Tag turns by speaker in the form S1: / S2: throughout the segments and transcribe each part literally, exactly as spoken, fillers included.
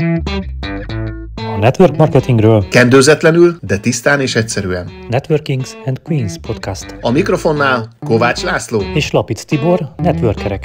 S1: A network marketingről
S2: kendőzetlenül, de tisztán és egyszerűen.
S1: Network Kings and Queens podcast.
S2: A mikrofonnál Kovács László
S1: És Lapic Tibor, networkerek.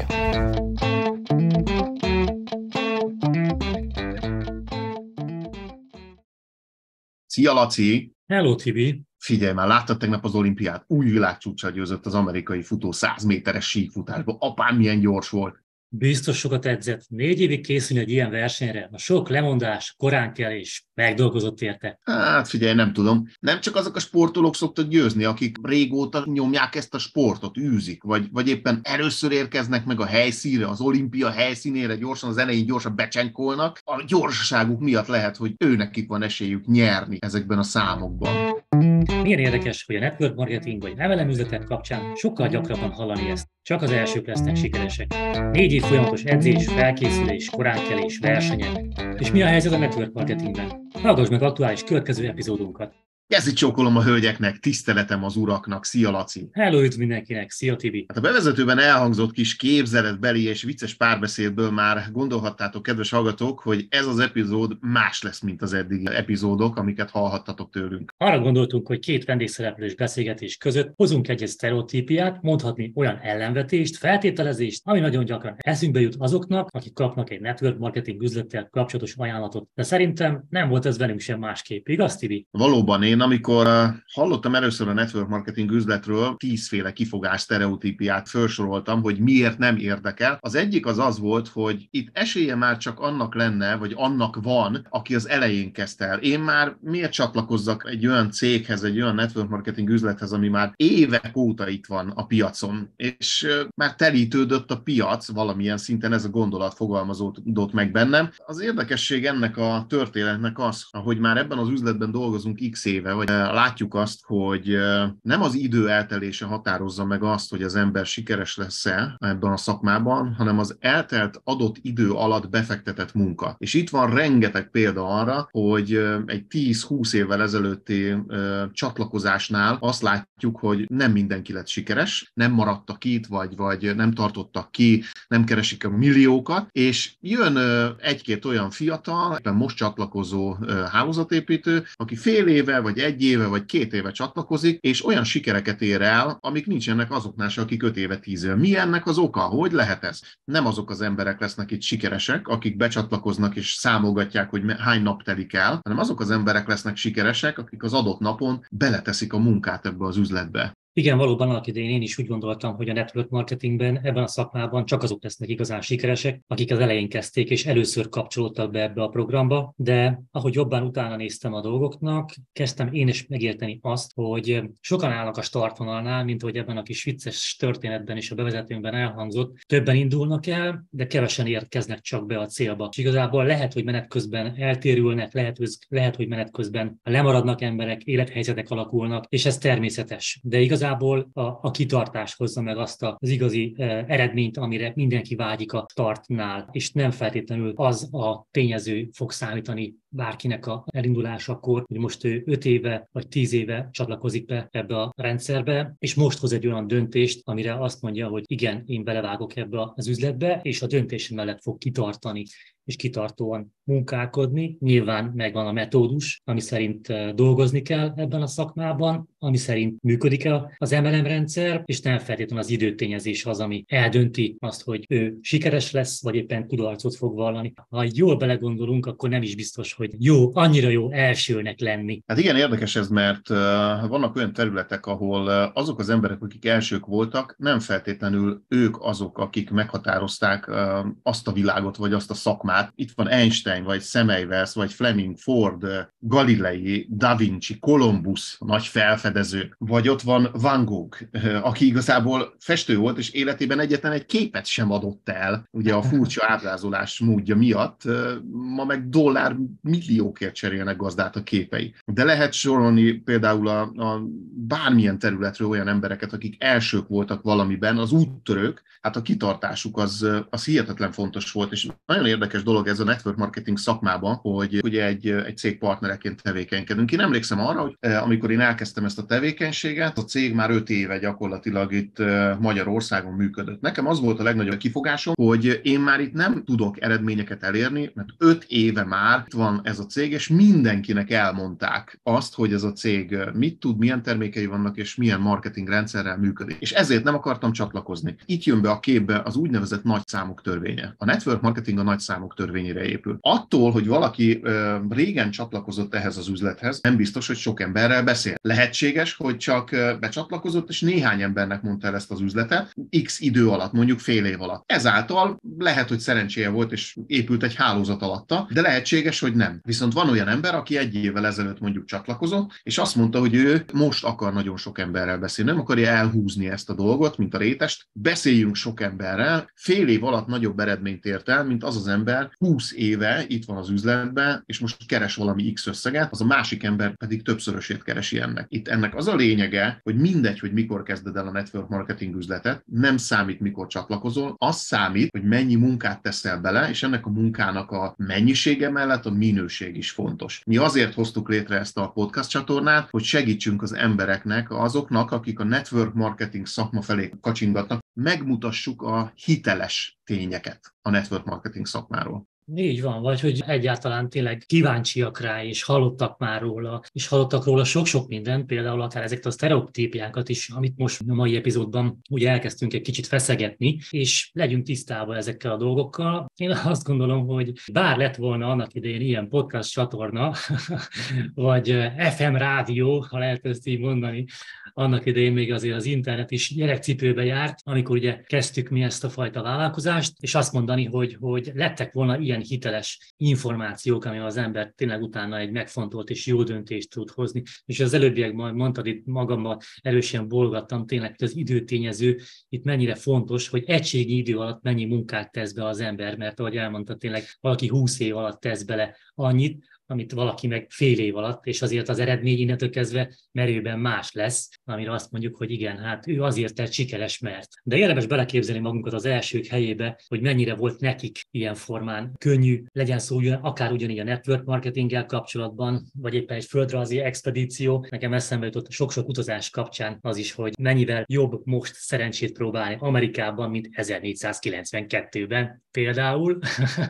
S2: Szia Laci!
S1: Hello Tibi!
S2: Figyelj már, láttad tegnap az olimpiát? Új világcsúccsal győzött az amerikai futó száz méteres síkfutásba. Apám, milyen gyors volt!
S3: Biztos sokat edzett. Négy évig készülni egy ilyen versenyre. A sok lemondás, koránkelés, megdolgozott érte.
S2: Hát figyelj, nem tudom. Nem csak azok a sportolók szoktak győzni, akik régóta nyomják ezt a sportot, űzik, vagy, vagy éppen először érkeznek meg a helyszínre, az olimpia helyszínére, gyorsan az elején gyorsan becsenkolnak. A gyorsaságuk miatt lehet, hogy őnekik van esélyük nyerni ezekben a számokban.
S3: Milyen érdekes, hogy a network marketing vagy em el em üzletek kapcsán sokkal gyakrabban hallani ezt. Csak az elsők lesznek sikeresek. Négy év folyamatos edzés, felkészülés, koránkelés, versenyek. És mi a helyzet a network marketingben? Hallgass meg aktuális következő epizódunkat.
S2: Kezdj csókolom a hölgyeknek, tiszteletem az uraknak. Szia Laci!
S3: Hello, üdv mindenkinek! Szia Tibi!
S2: Hát a bevezetőben elhangzott kis képzeletbeli és vicces párbeszédből már gondolhattátok, kedves hallgatók, hogy ez az epizód más lesz, mint az eddigi epizódok, amiket hallhattatok tőlünk.
S3: Arra gondoltunk, hogy két vendégszereplős beszélgetés között hozunk egy sztereotípiát, mondhatni olyan ellenvetést, feltételezést, ami nagyon gyakran eszünkbe jut azoknak, akik kapnak egy network marketing üzlettel kapcsolatos ajánlatot. De szerintem nem volt ez velünk sem másképp, igaz Tibi?
S2: Valóban én, amikor hallottam először a network marketing üzletről, tízféle kifogás, sztereotípiát felsoroltam, hogy miért nem érdekel. Az egyik az az volt, hogy itt esélye már csak annak lenne, vagy annak van, aki az elején kezdte el. Én már miért csatlakozzak egy olyan céghez, egy olyan network marketing üzlethez, ami már évek óta itt van a piacon, és már telítődött a piac, valamilyen szinten ez a gondolat fogalmazódott meg bennem. Az érdekesség ennek a történetnek az, hogy már ebben az üzletben dolgozunk x éve, vagy látjuk azt, hogy nem az idő eltelése határozza meg azt, hogy az ember sikeres lesz-e ebben a szakmában, hanem az eltelt adott idő alatt befektetett munka. És itt van rengeteg példa arra, hogy egy tíz-húsz évvel ezelőtti csatlakozásnál azt látjuk, hogy nem mindenki lett sikeres, nem maradtak itt, vagy, vagy nem tartottak ki, nem keresik a milliókat, és jön egy-két olyan fiatal, éppen most csatlakozó hálózatépítő, aki fél éve, vagy egy éve, vagy két éve csatlakozik, és olyan sikereket ér el, amik nincsenek azoknál se, akik öt éve, tíz éve. Mi ennek az oka? Hogy lehet ez? Nem azok az emberek lesznek itt sikeresek, akik becsatlakoznak és számolgatják, hogy hány nap telik el, hanem azok az emberek lesznek sikeresek, akik az adott napon beleteszik a munkát ebbe az üzletbe.
S3: Igen, valóban annak idején én is úgy gondoltam, hogy a network marketingben, ebben a szakmában csak azok lesznek igazán sikeresek, akik az elején kezdték és először kapcsolódtak be ebbe a programba, de ahogy jobban utána néztem a dolgoknak, kezdtem én is megérteni azt, hogy sokan állnak a startvonalnál, mint hogy ebben a kis vicces történetben és a bevezetőnkben elhangzott, többen indulnak el, de kevesen érkeznek csak be a célba. És igazából lehet, hogy menet közben eltérülnek, lehet, lehet hogy menet közben lemaradnak emberek, élethelyzetek alakulnak, és ez természetes. De igazán Igazából a, a kitartás hozza meg azt az igazi eh, eredményt, amire mindenki vágyik a startnál, és nem feltétlenül az a tényező fog számítani bárkinek a elindulásakor, hogy most ő öt éve vagy tíz éve csatlakozik be ebbe a rendszerbe, és most hoz egy olyan döntést, amire azt mondja, hogy igen, én belevágok ebbe az üzletbe, és a döntés mellett fog kitartani és kitartóan munkálkodni. Nyilván megvan a metódus, ami szerint dolgozni kell ebben a szakmában, ami szerint működik az em el em rendszer, és nem feltétlenül az időtényezés az, ami eldönti azt, hogy ő sikeres lesz, vagy éppen kudarcot fog vallani. Ha jól belegondolunk, akkor nem is biztos, hogy jó, annyira jó elsőnek lenni.
S2: Hát igen, érdekes ez, mert uh, vannak olyan területek, ahol uh, azok az emberek, akik elsők voltak, nem feltétlenül ők azok, akik meghatározták uh, azt a világot, vagy azt a szakmát. Itt van Einstein, vagy Semmelweis, vagy Fleming, Ford, Galilei, Da Vinci, Columbus, nagy felfedezők, vagy ott van Van Gogh, aki igazából festő volt, és életében egyetlen egy képet sem adott el, ugye a furcsa ábrázolás módja miatt, ma meg dollár milliókért cserélnek gazdát a képei. De lehet sorolni például a, a bármilyen területről olyan embereket, akik elsők voltak valamiben, az úttörők, hát a kitartásuk az, az hihetetlen fontos volt, és nagyon érdekes dolog ez a network marketing marketing szakmában, hogy ugye egy, egy cég partnereként tevékenykedünk. Én emlékszem arra, hogy amikor én elkezdtem ezt a tevékenységet, a cég már öt éve gyakorlatilag itt Magyarországon működött. Nekem az volt a legnagyobb kifogásom, hogy én már itt nem tudok eredményeket elérni, mert öt éve már itt van ez a cég, és mindenkinek elmondták azt, hogy ez a cég mit tud, milyen termékei vannak, és milyen marketing rendszerrel működik. És ezért nem akartam csatlakozni. Itt jön be a képbe az úgynevezett nagyszámok törvénye. A network marketing a nagyszámok törvényére épül. Attól, hogy valaki ö, régen csatlakozott ehhez az üzlethez, nem biztos, hogy sok emberrel beszél. Lehetséges, hogy csak becsatlakozott, és néhány embernek mondta el ezt az üzletet, x idő alatt, mondjuk fél év alatt. Ezáltal lehet, hogy szerencséje volt, és épült egy hálózat alatta, de lehetséges, hogy nem. Viszont van olyan ember, aki egy évvel ezelőtt mondjuk csatlakozott, és azt mondta, hogy ő most akar nagyon sok emberrel beszélni, nem akarja elhúzni ezt a dolgot, mint a rétest. Beszéljünk sok emberrel, fél év alatt nagyobb eredményt ért el, mint az az ember húsz éve itt van az üzletben, és most keres valami X összeget, az a másik ember pedig többszörösét keresi ennek. Itt ennek az a lényege, hogy mindegy, hogy mikor kezded el a network marketing üzletet, nem számít, mikor csatlakozol, az számít, hogy mennyi munkát teszel bele, és ennek a munkának a mennyisége mellett a minőség is fontos. Mi azért hoztuk létre ezt a podcast csatornát, hogy segítsünk az embereknek, azoknak, akik a network marketing szakma felé kacsingatnak, megmutassuk a hiteles tényeket a network marketing szakmáról.
S3: Így van, vagy hogy egyáltalán tényleg kíváncsiak rá, és hallottak már róla, és hallottak róla sok-sok mindent, például akár ezeket a sztereotípiákat is, amit most a mai epizódban ugye elkezdtünk egy kicsit feszegetni, és legyünk tisztában ezekkel a dolgokkal. Én azt gondolom, hogy bár lett volna annak idején ilyen podcast csatorna, vagy ef em rádió, ha lehet ezt így mondani, annak idején még azért az internet is gyerekcipőbe járt, amikor ugye kezdtük mi ezt a fajta vállalkozást, és azt mondani, hogy, hogy lettek volna ilyen hiteles információk, amivel az ember tényleg utána egy megfontolt és jó döntést tud hozni. És az előbbiekben mondtad, itt magammal erősen bolgattam tényleg, hogy az időtényező itt mennyire fontos, hogy egységnyi idő alatt mennyi munkát tesz be az ember, mert ahogy elmondtad, tényleg valaki húsz év alatt tesz bele annyit, amit valaki meg fél év alatt, és azért az eredmény innentől kezdve merőben más lesz, amire azt mondjuk, hogy igen, hát ő azért lett sikeres, mert. De érdemes beleképzelni magunkat az elsők helyébe, hogy mennyire volt nekik ilyen formán könnyű, legyen szó ugyan, akár ugyanígy a network marketinggel kapcsolatban, vagy éppen egy földrajzi expedíció. Nekem eszembe jutott sok-sok utazás kapcsán az is, hogy mennyivel jobb most szerencsét próbálni Amerikában, mint ezernégyszázkilencvenkettőben például,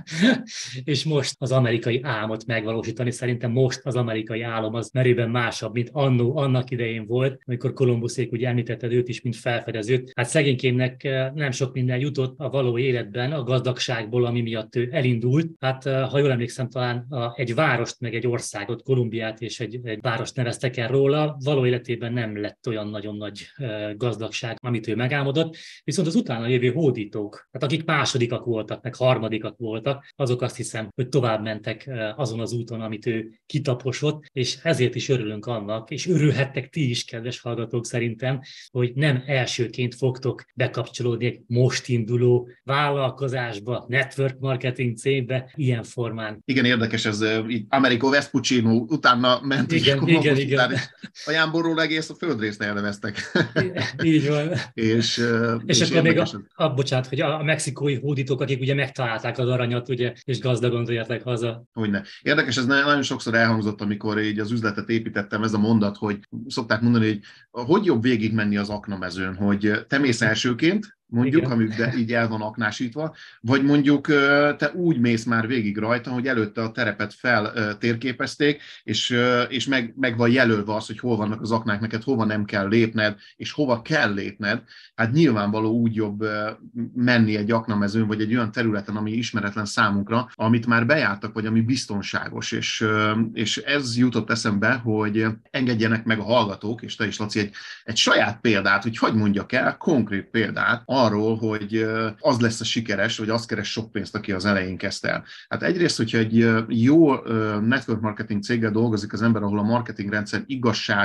S3: és most az amerikai álmot megvalósítani. Szerintem most az amerikai álom az merőben másabb, mint annó, annak idején volt, amikor Kolumbuszék, ugye említetted őt is, mint felfedezőt. Hát szegénykémnek nem sok minden jutott a való életben, a gazdagságból, ami miatt ő elindult. Hát ha jól emlékszem, talán egy várost, meg egy országot, Kolumbiát és egy, egy várost neveztek el róla, való életében nem lett olyan nagyon nagy gazdagság, amit ő megálmodott. Viszont az utána jövő hódítók, hát akik másodikak voltak, meg harmadikak voltak, azok azt hiszem, hogy tovább mentek azon az úton, amit ő kitaposott, és ezért is örülünk annak, és örülhettek ti is, kedves hallgatók, szerintem, hogy nem elsőként fogtok bekapcsolódni egy most induló vállalkozásba, network marketing cégbe, ilyen formán.
S2: Igen, érdekes ez, így Americo Vespuccino utána ment,
S3: igen, igen, igen.
S2: A jámborról egész a földrészt elneveztek.
S3: Így van.
S2: és,
S3: és, és akkor még a, a, bocsánat, hogy a mexikói hódítók, akik ugye megtalálták az aranyat, ugye, és gazdagon tértek haza.
S2: Hogyne. Érdekes, ez nagyon sokszor elhangzott, amikor így az üzletet építettem, ez a mondat, hogy szokták mondani, hogy hogy jobb végigmenni az aknamezőn, hogy te mész elsőként, mondjuk, amíg de így el van aknásítva, vagy mondjuk te úgy mész már végig rajta, hogy előtte a terepet feltérképezték, és, és meg, meg van jelölve az, hogy hol vannak az aknák, neked hova nem kell lépned, és hova kell lépned. Hát nyilvánvaló úgy jobb menni egy aknamezőn, vagy egy olyan területen, ami ismeretlen számunkra, amit már bejártak, vagy ami biztonságos. És, és ez jutott eszembe, hogy engedjenek meg a hallgatók, és te is, Laci, egy, egy saját példát, hogy hadd mondjak el, konkrét példát, arról, hogy az lesz a sikeres, vagy az keres sok pénzt, aki az elején kezdte el. Hát egyrészt, hogyha egy jó network marketing céggel dolgozik az ember, ahol a marketing rendszer igazságos,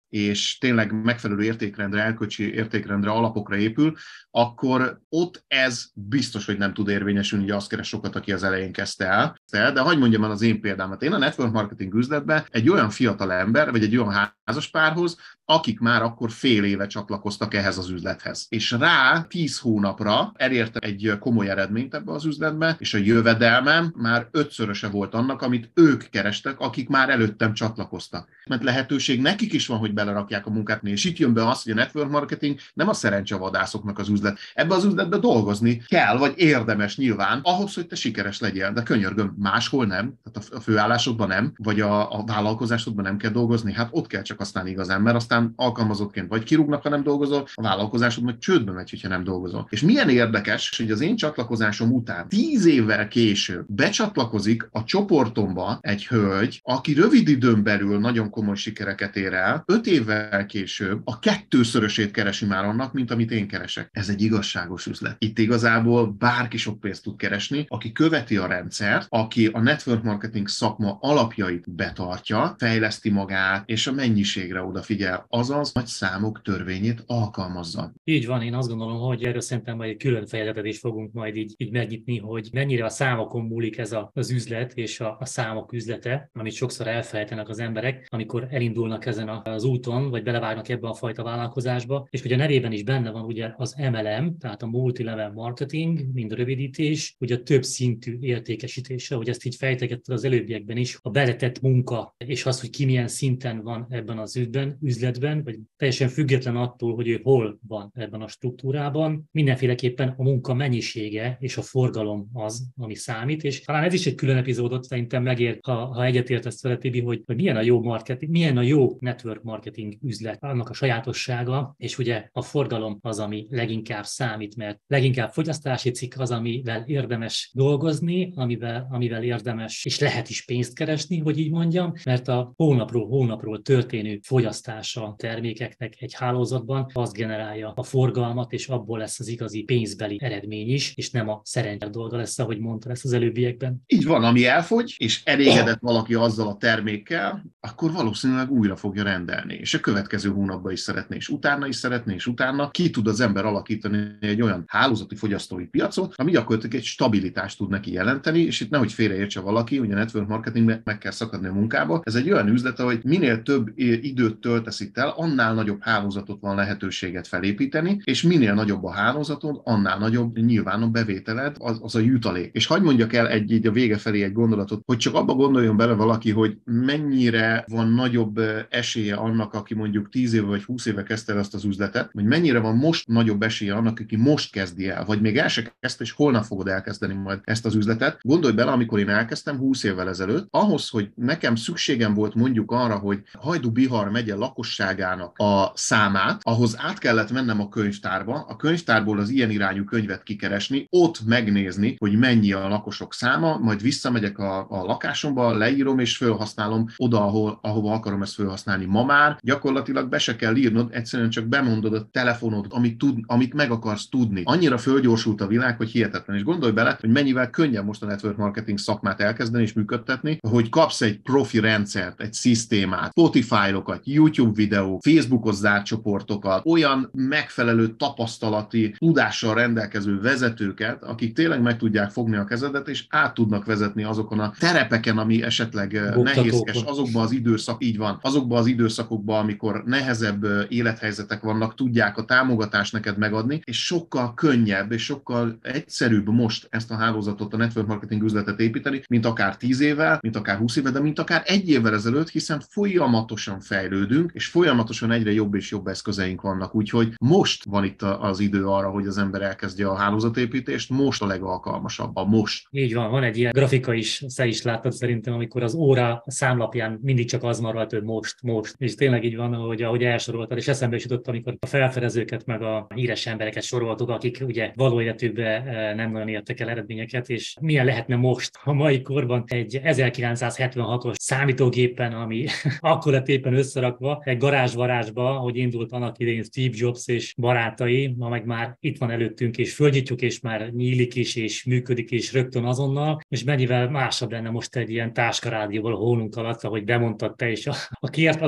S2: és tényleg megfelelő értékrendre, elkölcsi értékrendre, alapokra épül, akkor ott ez biztos, hogy nem tud érvényesülni, hogy azt keres sokat, aki az elején kezdte el. De hagyd mondjam el az én példámat. Én a network marketing üzletben egy olyan fiatal ember, vagy egy olyan házaspárhoz, akik már akkor fél éve csatlakoztak ehhez az üzlethez. És rá tíz hónapra elérte egy komoly eredményt ebbe az üzletbe, és a jövedelmem már ötszöröse volt annak, amit ők kerestek, akik már előttem csatlakoztak. Mert lehetőség nekik is van, hogy belerakják a munkát, és itt jön be az, hogy a network marketing nem a szerencsavadászoknak az üzlet. Ebbe az üzletbe dolgozni kell, vagy érdemes nyilván, ahhoz, hogy te sikeres legyél. De könyörgöm, máshol nem, tehát a főállásodban nem, vagy a, a vállalkozásodban nem kell dolgozni, hát ott kell csak aztán igazán, mert aztán alkalmazottként vagy kirúgnak, ha nem dolgozol, a vállalkozásod meg csődbe megy, hogyha nem dolgozol. És milyen érdekes, hogy az én csatlakozásom után tíz évvel később becsatlakozik a csoportomba egy hölgy, aki rövid időn belül nagyon komoly sikereket ér el, öt évvel később a kettőszörösét keresi már annak, mint amit én keresek. Ez egy igazságos üzlet. Itt igazából bárki sok pénzt tud keresni, aki követi a rendszert, aki a network marketing szakma alapjait betartja, fejleszti magát, és a mennyiségre odafigyel, azaz nagy számok törvényét alkalmazza.
S3: Így van, én azt gondolom, hogy erről szerintem majd egy külön fejezetet is fogunk majd így, így megnyitni, hogy mennyire a számokon múlik ez a, az üzlet és a, a számok üzlete, amit sokszor elfelejtenek az emberek, amikor elindulnak ezen az úton, vagy belevágnak ebbe a fajta vállalkozásba, és hogy a nevében is benne van ugye az em el em, tehát a Multilevel Marketing, mind rövidítés, ugye a több szintű értékesítése, hogy ezt így fejtegetted az előbbiekben is, a beletett munka, és az, hogy ki milyen szinten van ebben az ügyben, üzletben, vagy teljesen független attól, hogy ő hol van ebben a struktúrában, mindenféleképpen a munka mennyisége és a forgalom az, ami számít, és talán ez is egy külön epizódot szerintem megér, ha, ha egyetértesz vele, Tibi, hogy, hogy milyen a jó marketing, milyen a jó network marketing üzlet, annak a sajátossága, és ugye a forgalom az, ami leginkább számít, mert leginkább fogyasztási cikk az, amivel érdemes dolgozni, amivel, amivel érdemes, és lehet is pénzt keresni, hogy így mondjam, mert a hónapról hónapról történő fogyasztása a termékeknek egy hálózatban az generálja a forgalmat, és abból lesz az igazi pénzbeli eredmény is, és nem a szerencse dolga lesz, ahogy mondta ezt az előbbiekben.
S2: Így van, ami elfogy, és elégedett valaki azzal a termékkel, akkor valószínűleg újra fogja rendelni, és a következő hónapban is szeretné, és utána is szeretné, és utána ki tud az ember alakítani egy olyan hálózati fogyasztói piacot, ami gyakorlatilag egy stabilitást tud neki jelenteni, és itt nehogy félreértse valaki, hogy a network marketingben meg kell szakadni a munkába. Ez egy olyan üzlet, hogy minél több időt töltesz itt el, annál nagyobb hálózatot van lehetőséget felépíteni, és minél nagyobb a hálózatod, annál nagyobb nyilván a bevételed, az, az a jutalék. És hadd mondjak el egy, egy a vége felé egy gondolatot, hogy csak abba gondoljon bele valaki, hogy mennyire van nagyobb esélye annak, aki mondjuk tíz éve vagy húsz éve kezdte el ezt az üzletet, vagy mennyire van most nagyobb esélye annak, aki most kezdi el, vagy még el se kezdte, és holnap fogod elkezdeni majd ezt az üzletet. Gondolj bele, amikor én elkezdtem húsz évvel ezelőtt, ahhoz, hogy nekem szükségem volt mondjuk arra, hogy Hajdú-Bihar megye lakosságának a számát, ahhoz át kellett mennem a könyvtárba, a könyvtárból az ilyen irányú könyvet kikeresni, ott megnézni, hogy mennyi a lakosok száma, majd visszamegyek a, a lakásomba, leírom és felhasználom oda, ahol, ahova akarom ezt felhasználni. Ma már gyakorlatilag be se kell írnod, egyszerűen csak bemondod a telefonod, amit, tud, amit meg akarsz tudni. Annyira fölgyorsult a világ, hogy hihetetlen. És gondolj bele, hogy mennyivel könnyebb most a network marketing szakmát elkezdeni és működtetni, hogy kapsz egy profi rendszert, egy szisztémát, Spotify-okat, YouTube videók, Facebookos zárt csoportokat, olyan megfelelő tapasztalati tudással rendelkező vezetőket, akik tényleg meg tudják fogni a kezedet, és át tudnak vezetni azokon a terepeken, ami esetleg Buktatókon. Nehézkes, azokban az időszak, így van, azokban az időszakokban, amikor nehezebb élethelyzetek vannak, tudják a támogatást neked megadni, és sokkal könnyebb, és sokkal egyszerűbb most ezt a hálózatot, a network marketing üzletet építeni, mint akár tíz évvel, mint akár húsz évvel, de mint akár egy évvel ezelőtt, hiszen folyamatosan fejlődünk, és folyamatosan egyre jobb és jobb eszközeink vannak. Úgyhogy most van itt az idő arra, hogy az ember elkezdje a hálózatépítést, most a legalkalmasabb, a most.
S3: Így van, van egy ilyen grafika is, te is láttad szerintem, amikor az óra számlapján mindig csak az maradt, hogy most, most. És tényleg így van, ahogy, ahogy elsoroltad, és eszembe is jutott, amikor a felfedezőket meg a híres embereket soroltuk, akik ugye való életükben nem nagyon értek el eredményeket, és milyen lehetne most a mai korban egy ezerkilencszázhetvenhatos számítógépen, ami akkor lett éppen összerakva, egy garázsvarázsba, hogy indult annak idején Steve Jobs és barátai, ma meg már itt van előttünk, és földgyítjuk, és már nyílik is, és működik is rögtön azonnal, és mennyivel másabb lenne most egy ilyen táskarádióval a hónunk alatt, ahogy bemondtad te is a, a kért adatokat,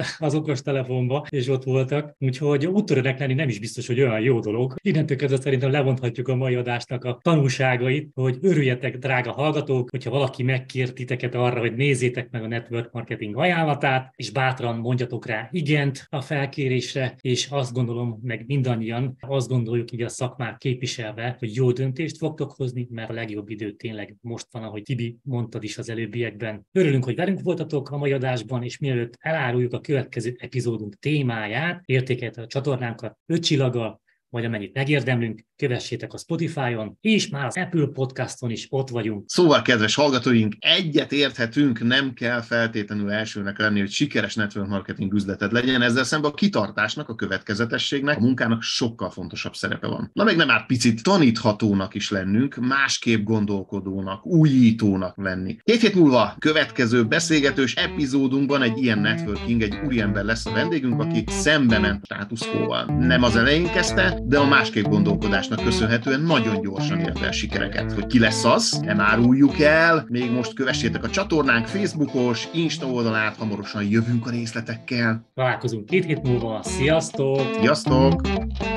S3: az okostelefonba, és ott voltak. Úgyhogy úttörőnek lenni nem is biztos, hogy olyan jó dolog. Innentől kezdve szerintem levonhatjuk a mai adásnak a tanulságait, hogy örüljetek, drága hallgatók, hogyha valaki megkér titeket arra, hogy nézzétek meg a network marketing ajánlatát, és bátran mondjatok rá igent a felkérésre, és azt gondolom, meg mindannyian azt gondoljuk így a szakmát képviselve, hogy jó döntést fogtok hozni, mert a legjobb idő tényleg most van, ahogy Tibi mondtad is az előbbiekben. Örülünk, hogy velünk voltatok a mai adásban, és mielőtt eláruljuk a következő epizódunk témáját, értékeljetek a csatornánkat öt csillaggal, vagy amennyit megérdemlünk, kövessétek a Spotify-on, és már az Apple Podcaston is ott vagyunk.
S2: Szóval, kedves hallgatóink, egyet érthetünk, nem kell feltétlenül elsőnek lenni, hogy sikeres network marketing üzleted legyen, ezzel szemben a kitartásnak, a következetességnek, a munkának sokkal fontosabb szerepe van. Na meg nem árt picit taníthatónak is lennünk, másképp gondolkodónak, újítónak lenni. Két hét múlva következő beszélgetős epizódunkban egy ilyen networking, egy úriember lesz a vendégünk, aki szembe ment a status quo-val. Nem az elején kezdte, de a másképp gondolkodásnak köszönhetően nagyon gyorsan ért el sikereket. Hogy ki lesz az, nem áruljuk el, még most kövessétek a csatornánk Facebookos, Insta oldalát, hamarosan jövünk a részletekkel.
S3: Találkozunk két hét múlva, sziasztok!
S2: Sziasztok!